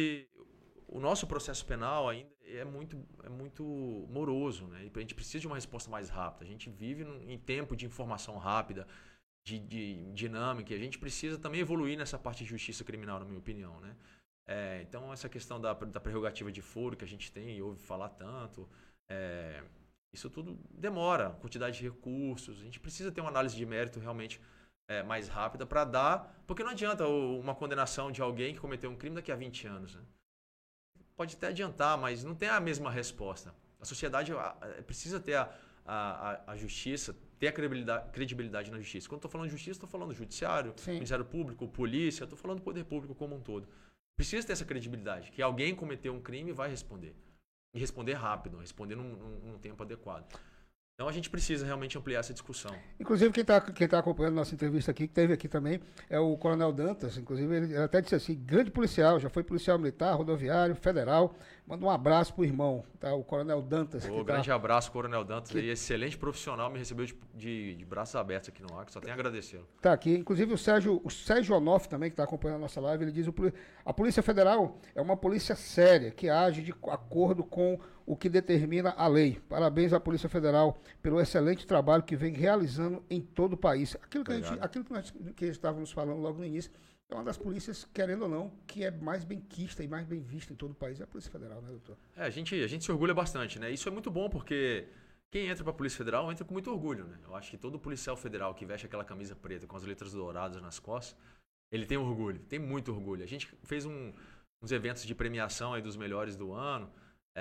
o nosso processo penal ainda é muito moroso, né? E a gente precisa de uma resposta mais rápida. A gente vive em tempo de informação rápida, de dinâmica. E a gente precisa também evoluir nessa parte de justiça criminal, na minha opinião, né? Então, essa questão da prerrogativa de foro que a gente tem e ouve falar tanto, isso tudo demora, quantidade de recursos. A gente precisa ter uma análise de mérito realmente mais rápida para dar... Porque não adianta uma condenação de alguém que cometeu um crime daqui a 20 anos, né? Pode até adiantar, mas não tem a mesma resposta. A sociedade precisa ter a justiça, ter a credibilidade na justiça. Quando estou falando de justiça, estou falando do judiciário, Ministério Público, polícia, estou falando do poder público como um todo. Precisa ter essa credibilidade, que alguém cometeu um crime e vai responder. E responder rápido, responder num tempo adequado. Então a gente precisa realmente ampliar essa discussão. Inclusive, quem tá acompanhando nossa entrevista aqui, que teve aqui também, é o Coronel Dantas. Inclusive, ele até disse assim, grande policial, já foi policial militar, rodoviário, federal. Manda um abraço pro irmão, tá? O Coronel Dantas. Grande abraço, Coronel Dantas. Aí, excelente profissional, me recebeu de braços abertos aqui no Acre, só tenho a agradecê-lo. Tá aqui. Inclusive, o Sérgio Onoff também, que está acompanhando a nossa live, ele diz a Polícia Federal é uma polícia séria, que age de acordo com o que determina a lei. Parabéns à Polícia Federal pelo excelente trabalho que vem realizando em todo o país. Aquilo que nós estávamos falando logo no início, é uma das polícias, querendo ou não, que é mais bem quista e mais bem vista em todo o país, é a Polícia Federal, né, doutor? A gente se orgulha bastante, né? Isso é muito bom porque quem entra para a Polícia Federal entra com muito orgulho, né? Eu acho que todo policial federal que veste aquela camisa preta com as letras douradas nas costas, ele tem orgulho, tem muito orgulho. A gente fez uns eventos de premiação aí dos melhores do ano,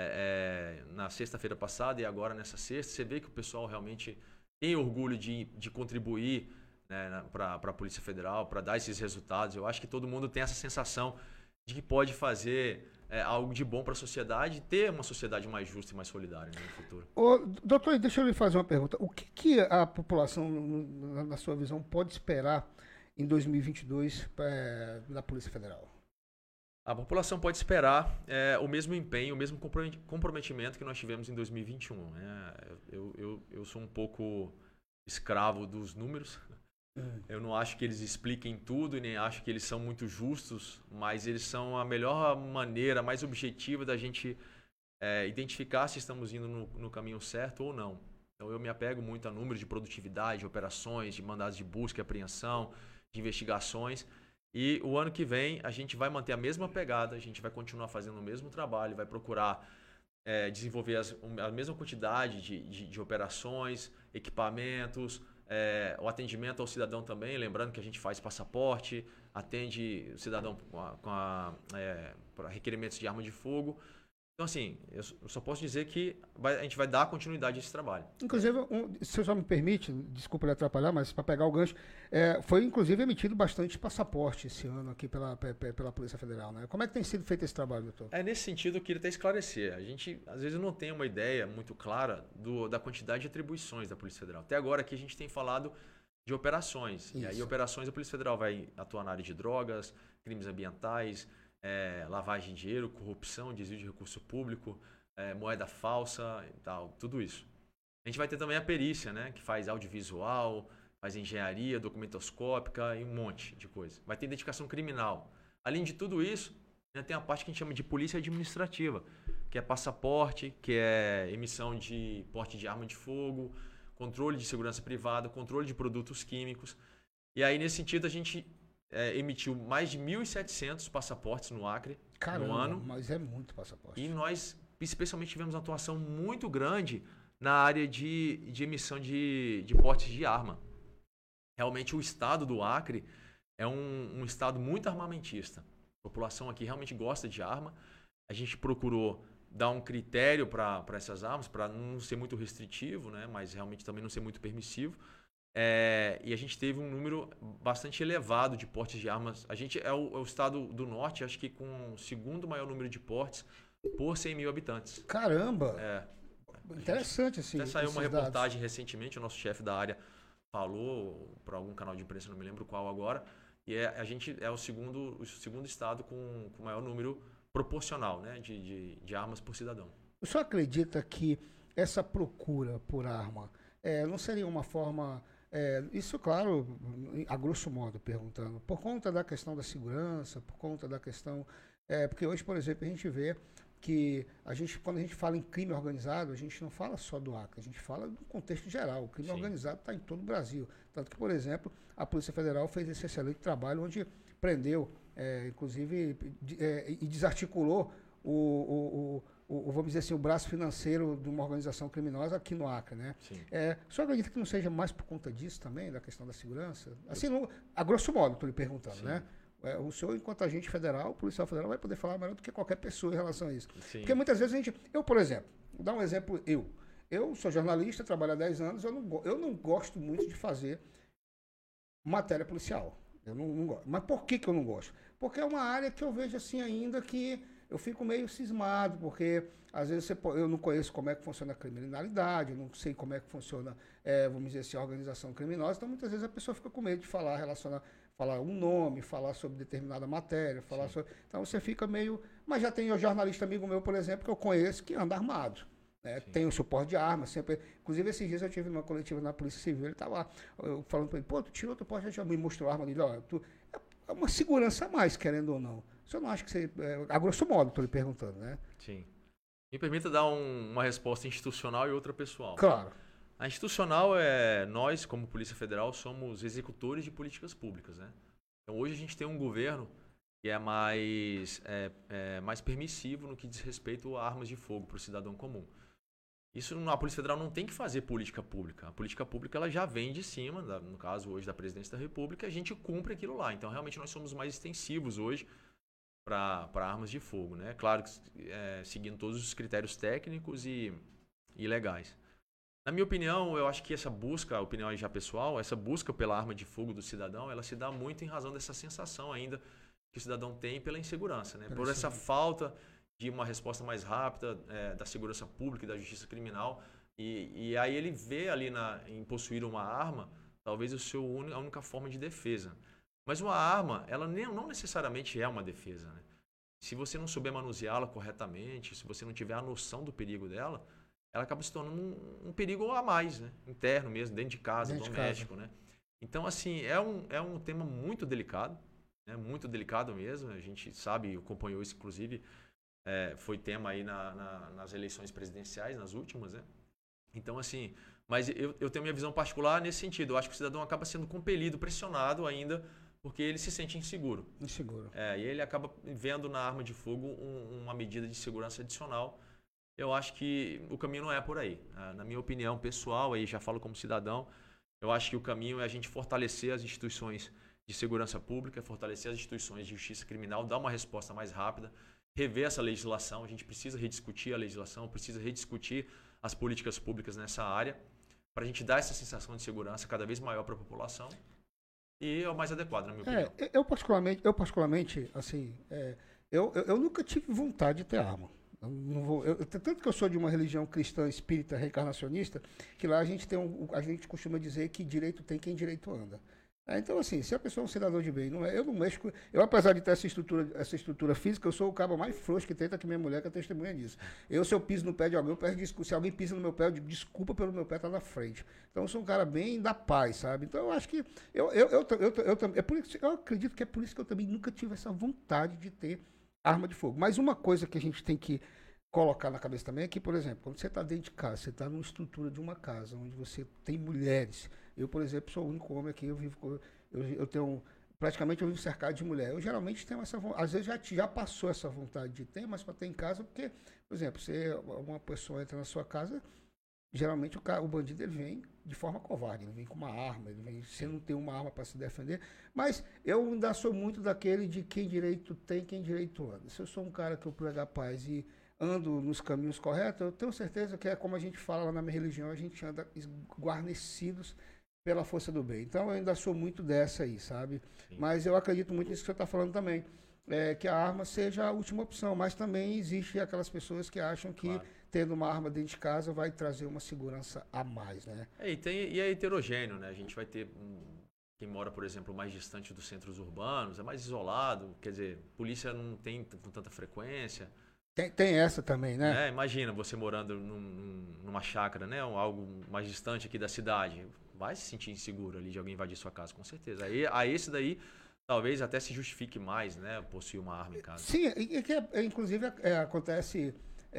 na sexta-feira passada e agora nessa sexta. Você vê que o pessoal realmente tem orgulho de contribuir, né, para a Polícia Federal, para dar esses resultados. Eu acho que todo mundo tem essa sensação de que pode fazer algo de bom para a sociedade e ter uma sociedade mais justa e mais solidária, né, no futuro. Doutor, deixa eu lhe fazer uma pergunta. O que a população, na sua visão, pode esperar em 2022 da Polícia Federal? A população pode esperar o mesmo empenho, o mesmo comprometimento que nós tivemos em 2021. Né? Eu sou um pouco escravo dos números. Eu não acho que eles expliquem tudo e nem acho que eles são muito justos, mas eles são a melhor maneira, mais objetiva da gente identificar se estamos indo no caminho certo ou não. Então eu me apego muito a números de produtividade, de operações, de mandados de busca e apreensão, de investigações. E o ano que vem a gente vai manter a mesma pegada, a gente vai continuar fazendo o mesmo trabalho, vai procurar desenvolver a mesma quantidade de operações, equipamentos, o atendimento ao cidadão também, lembrando que a gente faz passaporte, atende o cidadão para requerimentos de arma de fogo. Então, assim, eu só posso dizer que a gente vai dar continuidade a esse trabalho. Inclusive, se o senhor me permite, desculpa lhe atrapalhar, mas para pegar o gancho, foi inclusive emitido bastante passaporte esse ano aqui pela Polícia Federal, né? Como é que tem sido feito esse trabalho, doutor? Nesse sentido, eu queria até esclarecer. A gente, às vezes, não tem uma ideia muito clara da quantidade de atribuições da Polícia Federal. Até agora, aqui a gente tem falado de operações. Isso. E aí, operações, a Polícia Federal vai atuar na área de drogas, crimes ambientais, lavagem de dinheiro, corrupção, desvio de recurso público, moeda falsa e tal, tudo isso. A gente vai ter também a perícia, né, que faz audiovisual, faz engenharia, documentoscópica e um monte de coisa. Vai ter identificação criminal. Além de tudo isso, né, tem a parte que a gente chama de polícia administrativa, que é passaporte, que é emissão de porte de arma de fogo, controle de segurança privada, controle de produtos químicos. E aí, nesse sentido, a gente emitiu mais de 1.700 passaportes no Acre. Caramba, no ano. Mas é muito passaporte. E nós, especialmente, tivemos uma atuação muito grande na área de emissão de portes de arma. Realmente, o estado do Acre é um estado muito armamentista. A população aqui realmente gosta de arma. A gente procurou dar um critério para essas armas, para não ser muito restritivo, né, mas realmente também não ser muito permissivo. E a gente teve um número bastante elevado de portes de armas. A gente é o estado do norte, acho que com o segundo maior número de portes por 100 mil habitantes. Caramba! Interessante, assim. Até saiu uma reportagem recentemente, o nosso chefe da área falou para algum canal de imprensa, não me lembro qual agora, e a gente é o segundo estado com o maior número proporcional, né, de armas por cidadão. O senhor acredita que essa procura por arma não seria uma forma... isso, claro, a grosso modo, perguntando, por conta da questão da segurança, por conta da questão... porque hoje, por exemplo, a gente vê que quando a gente fala em crime organizado, a gente não fala só do Acre, a gente fala do contexto geral. O crime organizado está em todo o Brasil. Tanto que, por exemplo, a Polícia Federal fez esse excelente trabalho onde prendeu, inclusive, e desarticulou vamos dizer assim, o braço financeiro de uma organização criminosa aqui no Acre, né? O senhor acredita que não seja mais por conta disso também, da questão da segurança? Assim, a grosso modo, estou lhe perguntando, né? O senhor, enquanto agente federal, policial federal, vai poder falar melhor do que qualquer pessoa em relação a isso. Sim. Porque muitas vezes eu, por exemplo, vou dar um exemplo, eu sou jornalista, trabalho há 10 anos, eu não gosto muito de fazer matéria policial. Eu não gosto. Mas por que eu não gosto? Porque é uma área que eu vejo assim ainda que eu fico meio cismado, porque às vezes eu não conheço como é que funciona a criminalidade, eu não sei como é que funciona, vamos dizer assim, a organização criminosa, então muitas vezes a pessoa fica com medo de falar um nome, falar sobre determinada matéria, então você fica meio... Mas já tem um jornalista amigo meu, por exemplo, que eu conheço, que anda armado. Tem o suporte de armas, sempre. Inclusive, esses dias eu tive numa coletiva na Polícia Civil, ele estava falando para ele, pô, tu tirou teu porte, já me mostrou a arma dele, ó, é uma segurança a mais, querendo ou não. Você não acha que você... a grosso modo, estou lhe perguntando, né? Sim. Me permita dar uma resposta institucional e outra pessoal. Claro. A institucional nós, como Polícia Federal, somos executores de políticas públicas, né? Então, hoje a gente tem um governo que é mais permissivo no que diz respeito a armas de fogo para o cidadão comum. Isso a Polícia Federal não tem que fazer política pública. A política pública ela já vem de cima, no caso hoje da Presidência da República, a gente cumpre aquilo lá. Então, realmente, nós somos mais extensivos hoje para armas de fogo, né? Claro que seguindo todos os critérios técnicos e legais. Na minha opinião, eu acho que essa busca, a opinião aí já pessoal, essa busca pela arma de fogo do cidadão, ela se dá muito em razão dessa sensação ainda que o cidadão tem pela insegurança, né? Por essa falta de uma resposta mais rápida da segurança pública e da justiça criminal. E aí ele vê ali em possuir uma arma, talvez a única forma de defesa. Mas uma arma, ela não necessariamente é uma defesa, né? Se você não souber manuseá-la corretamente, se você não tiver a noção do perigo dela, ela acaba se tornando um perigo a mais, né? Interno mesmo, dentro de casa, doméstico, né? Então, assim, é um tema muito delicado, né? Muito delicado mesmo. A gente sabe, acompanhou isso, inclusive, foi tema aí nas eleições presidenciais, nas últimas, né? Então, assim, mas eu tenho minha visão particular nesse sentido. Eu acho que o cidadão acaba sendo compelido, pressionado ainda, porque ele se sente inseguro. E ele acaba vendo na arma de fogo uma medida de segurança adicional. Eu acho que o caminho não é por aí. Na minha opinião pessoal, aí já falo como cidadão, eu acho que o caminho é a gente fortalecer as instituições de segurança pública, fortalecer as instituições de justiça criminal, dar uma resposta mais rápida, rever essa legislação. A gente precisa rediscutir a legislação, precisa rediscutir as políticas públicas nessa área, para a gente dar essa sensação de segurança cada vez maior para a população. E é o mais adequado, na minha opinião. Eu particularmente, assim, eu nunca tive vontade de ter arma. Tanto que eu sou de uma religião cristã espírita reencarnacionista, que lá a gente costuma dizer que direito tem quem direito anda. Então, assim, se a pessoa é um cidadão de bem, eu não mexo com... Eu, apesar de ter essa estrutura física, eu sou o cabo mais frouxo que tem, tá aqui minha mulher que é testemunha disso. Se eu piso no pé de alguém, eu peço desculpa. Se alguém pisa no meu pé, eu digo desculpa pelo meu pé estar na frente. Então, eu sou um cara bem da paz, sabe? Então, eu acho que... Eu acredito que é por isso que eu também nunca tive essa vontade de ter arma de fogo. Mas uma coisa que a gente tem que colocar na cabeça também é que, por exemplo, quando você está dentro de casa, você está numa estrutura de uma casa, onde você tem mulheres. Eu, por exemplo, sou o único homem aqui, eu tenho... Praticamente eu vivo cercado de mulher. Eu geralmente tenho essa vontade, às vezes já passou essa vontade de ter, mas para ter em casa, porque, por exemplo, uma pessoa entra na sua casa, geralmente o bandido ele vem de forma covarde, ele vem com uma arma, você não tem uma arma para se defender, mas eu ainda sou muito daquele de quem direito tem, quem direito anda. Se eu sou um cara que eu prego a paz e ando nos caminhos corretos, eu tenho certeza que é como a gente fala lá na minha religião, a gente anda guarnecidos pela força do bem. Então eu ainda sou muito dessa aí, sabe? Sim. Mas eu acredito muito nisso que você está falando também, que a arma seja a última opção, mas também existe aquelas pessoas que acham que tendo uma arma dentro de casa vai trazer uma segurança a mais, né? E é heterogêneo, né? A gente vai ter quem mora, por exemplo, mais distante dos centros urbanos, é mais isolado, quer dizer, polícia não tem com tanta frequência. Tem essa também, né? Imagina você morando numa chácara, né? Algo mais distante aqui da cidade. Vai se sentir inseguro ali de alguém invadir sua casa, com certeza. Aí esse daí talvez até se justifique mais, né? Possuir uma arma em casa. Sim, inclusive acontece...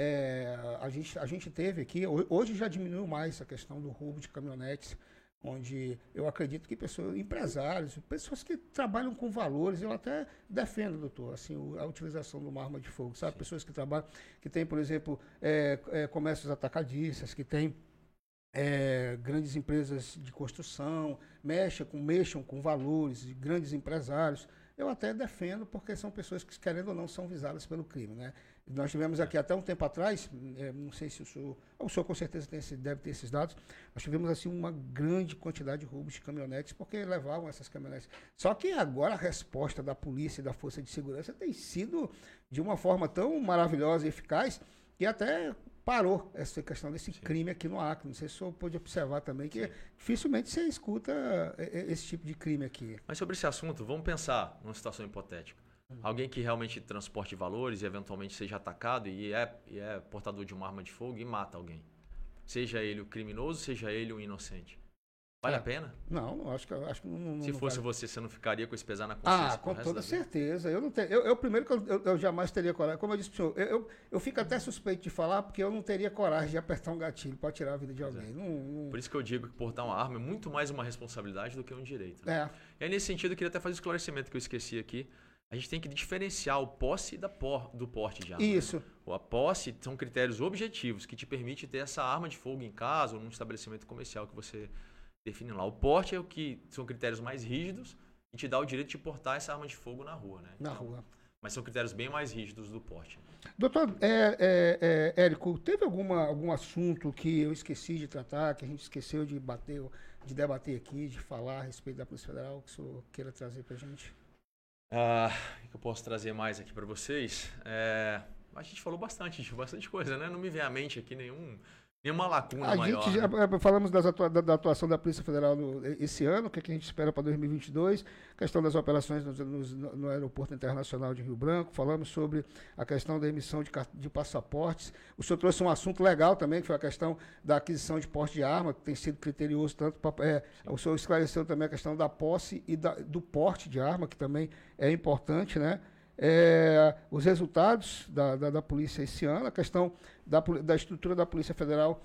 a gente teve aqui... Hoje já diminuiu mais a questão do roubo de caminhonetes, onde eu acredito que empresários, pessoas que trabalham com valores, eu até defendo, doutor, assim, a utilização de uma arma de fogo, sabe? Sim. Pessoas que trabalham, que tem, por exemplo, comércios atacadistas, que tem grandes empresas de construção, mexam com valores de grandes empresários. Eu até defendo, porque são pessoas que, querendo ou não, são visadas pelo crime, né? Nós tivemos aqui até um tempo atrás, não sei se o senhor com certeza deve ter esses dados, nós tivemos assim uma grande quantidade de roubos de caminhonetes, porque levavam essas caminhonetes. Só que agora a resposta da polícia e da força de segurança tem sido de uma forma tão maravilhosa e eficaz, que até parou essa questão desse crime aqui no Acre. Não sei se o senhor pôde observar também, que dificilmente você escuta esse tipo de crime aqui. Mas sobre esse assunto, vamos pensar numa situação hipotética. Alguém que realmente transporte valores e eventualmente seja atacado e é portador de uma arma de fogo e mata alguém. Seja ele o criminoso, seja ele o inocente. Vale a pena? Não, acho que não. Se fosse você não ficaria com esse pesar na consciência? Com toda certeza. Eu primeiro que eu jamais teria coragem. Como eu disse para o senhor, eu fico até suspeito de falar porque eu não teria coragem de apertar um gatilho para tirar a vida de alguém. Por isso que eu digo que portar uma arma é muito mais uma responsabilidade do que um direito. Né? E aí, nesse sentido, eu queria até fazer um esclarecimento que eu esqueci aqui. A gente tem que diferenciar o posse do porte de arma. Isso. Né? A posse são critérios objetivos que te permitem ter essa arma de fogo em casa ou num estabelecimento comercial que você define lá. O porte é o que são critérios mais rígidos e te dá o direito de portar essa arma de fogo na rua. Né? Na rua. Mas são critérios bem mais rígidos do porte. Doutor Érico, teve algum assunto que eu esqueci de tratar, que a gente esqueceu de debater aqui, de falar a respeito da Polícia Federal, que o senhor queira trazer para a gente? O que eu posso trazer mais aqui para vocês? A gente falou bastante coisa, né? Não me vem à mente aqui nenhuma lacuna maior. A gente falamos da atuação da Polícia Federal esse ano, o que a gente espera para 2022, questão das operações no Aeroporto Internacional de Rio Branco, falamos sobre a questão da emissão de passaportes. O senhor trouxe um assunto legal também, que foi a questão da aquisição de porte de arma, que tem sido criterioso tanto para... o senhor esclareceu também a questão da posse e do porte de arma, que também é importante, né? Os resultados da polícia esse ano, a questão da estrutura da Polícia Federal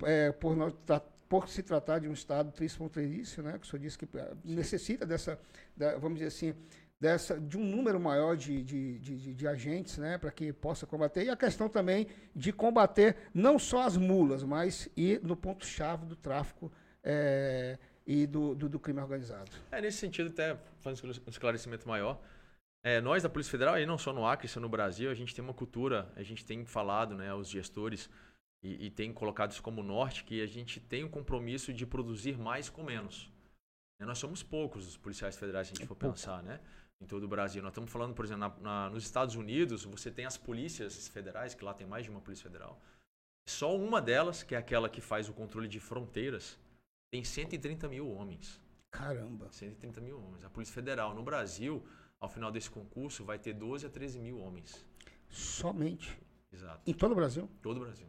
por se tratar de um Estado trisfronteiriço, né, que o senhor disse que necessita vamos dizer assim, de um número maior de agentes, né, para que possa combater, e a questão também de combater não só as mulas, mas ir no ponto-chave do tráfico e do crime organizado. Nesse sentido, até fazendo um esclarecimento maior, nós da Polícia Federal, e não só no Acre, isso no Brasil, a gente tem uma cultura, a gente tem falado, né, aos gestores e tem colocado isso como norte, que a gente tem um compromisso de produzir mais com menos. Nós somos poucos os policiais federais, se a gente for pensar, né, em todo o Brasil. Nós estamos falando, por exemplo, nos Estados Unidos, você tem as polícias federais, que lá tem mais de uma polícia federal. Só uma delas, que é aquela que faz o controle de fronteiras, tem 130 mil homens. Caramba! 130 mil homens. A Polícia Federal no Brasil... Ao final desse concurso, vai ter 12 a 13 mil homens. Somente? Exato. Em todo o Brasil? Todo o Brasil.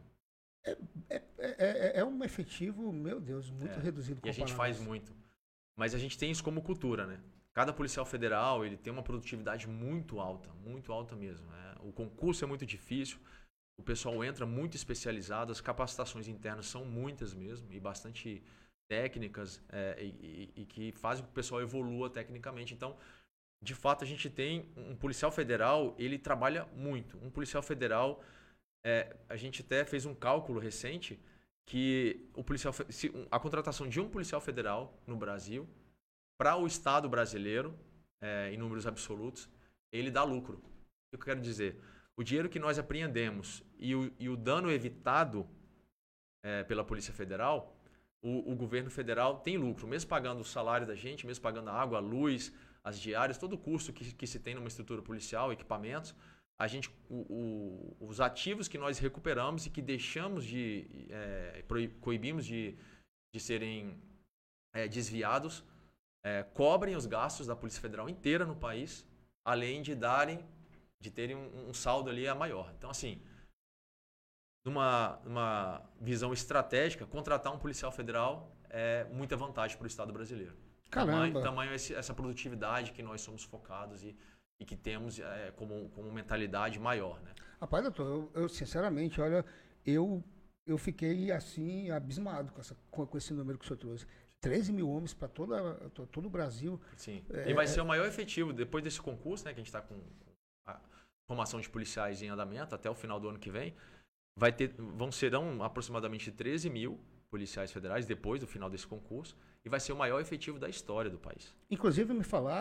É um efetivo, meu Deus, muito reduzido. E a gente faz muito. Mas a gente tem isso como cultura, né? Cada policial federal, ele tem uma produtividade muito alta mesmo. Né? O concurso é muito difícil, o pessoal entra muito especializado, as capacitações internas são muitas mesmo, e bastante técnicas, e que fazem com que o pessoal evolua tecnicamente. Então, de fato, a gente tem um policial federal, ele trabalha muito. Um policial federal, a gente até fez um cálculo recente que a contratação de um policial federal no Brasil, para o Estado brasileiro, em números absolutos, ele dá lucro. O que eu quero dizer? O dinheiro que nós apreendemos e o dano evitado pela Polícia Federal, o governo federal tem lucro, mesmo pagando o salário da gente, mesmo pagando a água, a luz, as diárias, todo o custo que se tem numa estrutura policial, equipamentos, os ativos que nós recuperamos e que deixamos coibimos de serem desviados, cobrem os gastos da Polícia Federal inteira no país, além de terem um saldo ali a maior. Então, assim, numa visão estratégica, contratar um policial federal é muita vantagem para o Estado brasileiro. Tamanho essa produtividade que nós somos focados e que temos como mentalidade maior, né? Rapaz, doutor, eu sinceramente, olha, eu fiquei assim abismado com esse número que o senhor trouxe. 13 mil homens para todo o Brasil. Sim, e vai ser o maior efetivo depois desse concurso, né, que a gente está com a formação de policiais em andamento até o final do ano que vem. Serão aproximadamente 13 mil policiais federais depois do final desse concurso e vai ser o maior efetivo da história do país. Inclusive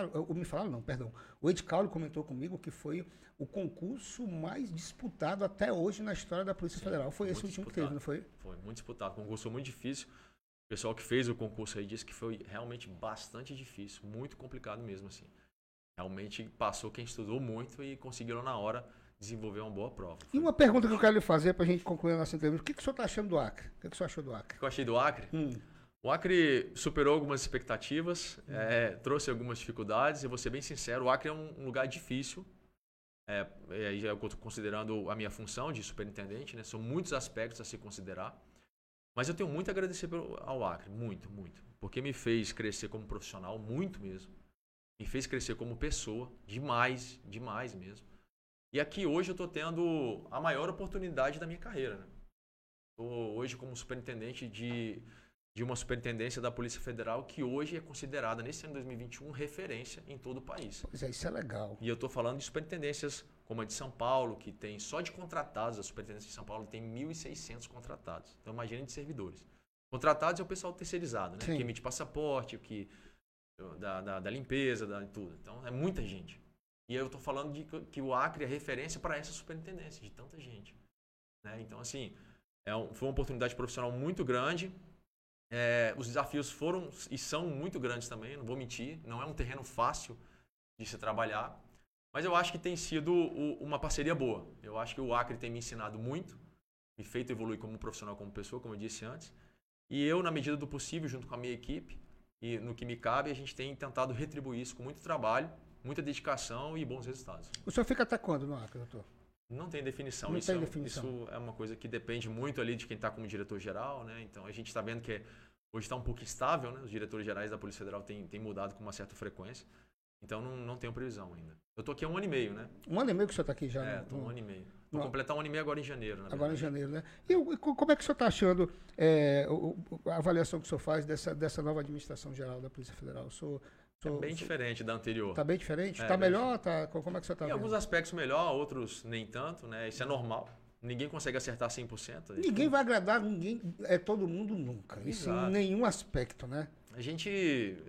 o Ed Caule comentou comigo que foi o concurso mais disputado até hoje na história da Polícia Federal. Foi esse último que teve, não foi? Foi muito disputado, concurso muito difícil. O pessoal que fez o concurso aí disse que foi realmente bastante difícil, muito complicado mesmo assim. Realmente passou quem estudou muito e conseguiu na hora desenvolver uma boa prova. E uma pergunta que eu quero lhe fazer para a gente concluir a nossa entrevista. O que o senhor está achando do Acre? O que o senhor achou do Acre? O que eu achei do Acre? O Acre superou algumas expectativas, trouxe algumas dificuldades. E vou ser bem sincero, o Acre é um lugar difícil. Eu estou considerando a minha função de superintendente, né? São muitos aspectos a se considerar. Mas eu tenho muito a agradecer ao Acre, muito, muito. Porque me fez crescer como profissional, muito mesmo. Me fez crescer como pessoa, demais, demais mesmo. E aqui hoje eu estou tendo a maior oportunidade da minha carreira, né? Estou hoje como superintendente de uma superintendência da Polícia Federal que hoje é considerada, nesse ano de 2021, referência em todo o país. Pois é, isso é legal. E eu estou falando de superintendências como a de São Paulo, que tem só de contratados, a superintendência de São Paulo tem 1.600 contratados. Então imagina de servidores. Contratados é o pessoal terceirizado, né? Que emite passaporte, da limpeza, tudo. Então é muita gente. E eu estou falando de que o Acre é referência para essa superintendência, de tanta gente. Né? Então, assim, foi uma oportunidade profissional muito grande. Os desafios foram e são muito grandes também, não vou mentir. Não é um terreno fácil de se trabalhar. Mas eu acho que tem sido uma parceria boa. Eu acho que o Acre tem me ensinado muito, me feito evoluir como profissional, como pessoa, como eu disse antes. E eu, na medida do possível, junto com a minha equipe, e no que me cabe, a gente tem tentado retribuir isso com muito trabalho, muita dedicação e bons resultados. O senhor fica até quando no Acre, doutor? Não tem definição. Não isso tem definição. Isso é uma coisa que depende muito ali de quem está como diretor-geral, né? Então a gente está vendo que hoje está um pouco instável, né? Os diretores gerais da Polícia Federal têm mudado com uma certa frequência. Então não tenho previsão ainda. Eu estou aqui há 1 ano e meio, né? 1 ano e meio que o senhor está aqui já? Estou 1 ano e meio. Vou completar 1 ano e meio agora em janeiro, na Agora verdade. em janeiro, né? E como é que o senhor está achando a avaliação que o senhor faz dessa nova administração geral da Polícia Federal? Bem diferente da anterior. Está bem diferente? Está melhor? Como é que o senhor está vendo? Em alguns aspectos melhor, outros nem tanto, né? Isso é normal. Ninguém consegue acertar 100%. Ninguém vai agradar todo mundo nunca. Isso em nenhum aspecto, né? A gente...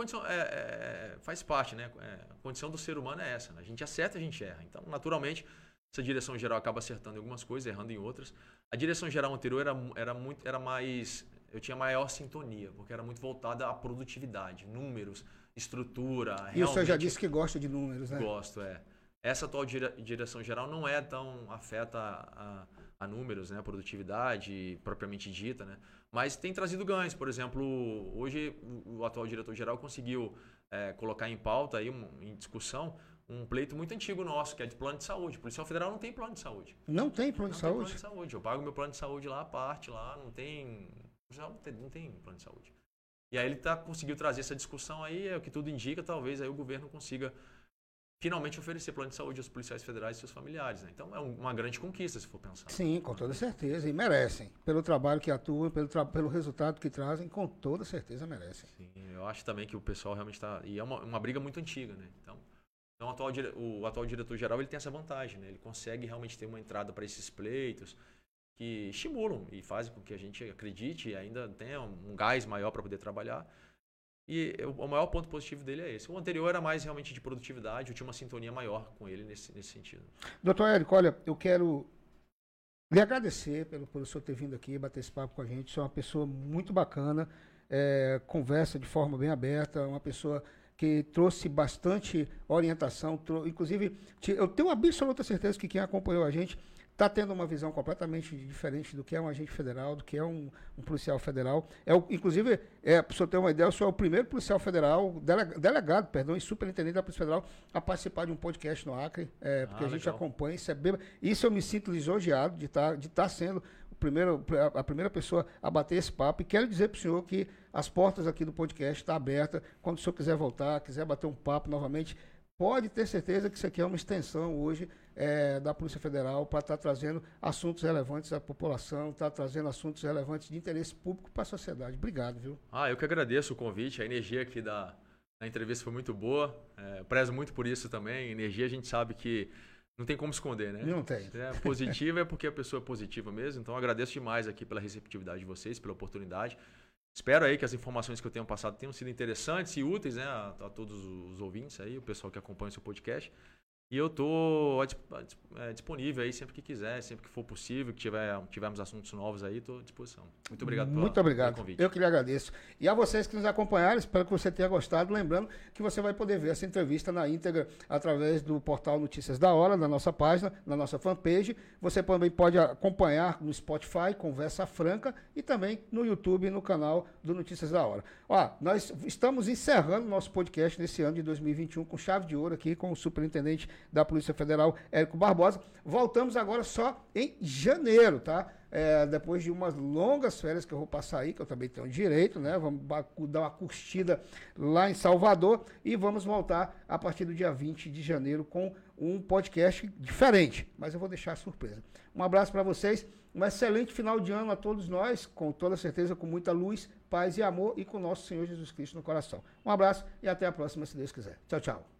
faz parte, né? A condição do ser humano é essa, né? A gente acerta, a gente erra. Então, naturalmente, essa direção geral acaba acertando em algumas coisas, errando em outras. A direção geral anterior era mais... Eu tinha maior sintonia, porque era muito voltada à produtividade, números, estrutura. E o senhor já disse que gosta de números, né? Gosto, Essa atual direção geral não é tão afeta a números, né? A produtividade propriamente dita, né? Mas tem trazido ganhos. Por exemplo, hoje o atual diretor-geral conseguiu colocar em pauta, aí, em discussão, um pleito muito antigo nosso, que é de plano de saúde. O policial federal não tem plano de saúde. Não tem plano de saúde? Não tem plano de saúde. Eu pago meu plano de saúde lá à parte, lá não tem plano de saúde. E aí ele conseguiu trazer essa discussão aí, é o que tudo indica, talvez aí o governo consiga finalmente oferecer plano de saúde aos policiais federais e seus familiares. Né? Então é uma grande conquista, se for pensar. Sim, com toda certeza. E merecem. Pelo trabalho que atuam, pelo resultado que trazem, com toda certeza merecem. Sim, eu acho também que o pessoal realmente está... E é uma briga muito antiga, né? Então o atual diretor-geral ele tem essa vantagem, né? Ele consegue realmente ter uma entrada para esses pleitos que estimulam e fazem com que a gente acredite e ainda tenha um gás maior para poder trabalhar. E o maior ponto positivo dele é esse. O anterior era mais realmente de produtividade, eu tinha uma sintonia maior com ele nesse sentido. Doutor Érico, olha, eu quero lhe agradecer por o senhor ter vindo aqui bater esse papo com a gente. O senhor é uma pessoa muito bacana, conversa de forma bem aberta, uma pessoa que trouxe bastante orientação. Inclusive, eu tenho absoluta certeza que quem acompanhou a gente está tendo uma visão completamente diferente do que é um agente federal, do que é um policial federal. Inclusive, para o senhor ter uma ideia, eu sou o primeiro policial federal, delegado e superintendente da Polícia Federal a participar de um podcast no Acre, porque a gente legal. Acompanha, isso eu me sinto lisonjeado de estar sendo a primeira pessoa a bater esse papo, e quero dizer para o senhor que as portas aqui do podcast estão abertas, quando o senhor quiser voltar, quiser bater um papo novamente, pode ter certeza que isso aqui é uma extensão hoje da Polícia Federal para estar trazendo assuntos relevantes à população, estar trazendo assuntos relevantes de interesse público para a sociedade. Obrigado, viu? Eu que agradeço o convite, a energia aqui da entrevista foi muito boa, prezo muito por isso também. Energia a gente sabe que Não tem como esconder, né? Não tem. Se é positiva é porque a pessoa é positiva mesmo. Então, eu agradeço demais aqui pela receptividade de vocês, pela oportunidade. Espero aí que as informações que eu tenho passado tenham sido interessantes e úteis, né, a todos os ouvintes aí, o pessoal que acompanha o seu podcast. E eu estou disponível aí sempre que quiser, sempre que for possível, que tivermos assuntos novos aí, estou à disposição. Muito obrigado pelo convite. Eu que lhe agradeço. E a vocês que nos acompanharam, espero que você tenha gostado. Lembrando que você vai poder ver essa entrevista na íntegra através do portal Notícias da Hora, na nossa página, na nossa fanpage. Você também pode acompanhar no Spotify, Conversa Franca, e também no YouTube, no canal do Notícias da Hora. Ó, nós estamos encerrando o nosso podcast nesse ano de 2021 com chave de ouro aqui com o superintendente da Polícia Federal, Érico Barbosa. Voltamos agora só em janeiro, tá? Depois de umas longas férias que eu vou passar aí, que eu também tenho direito, né? Vamos dar uma curtida lá em Salvador e vamos voltar a partir do dia 20 de janeiro com um podcast diferente, mas eu vou deixar a surpresa. Um abraço para vocês, um excelente final de ano a todos nós, com toda certeza, com muita luz, paz e amor e com nosso Senhor Jesus Cristo no coração. Um abraço e até a próxima, se Deus quiser. Tchau, tchau.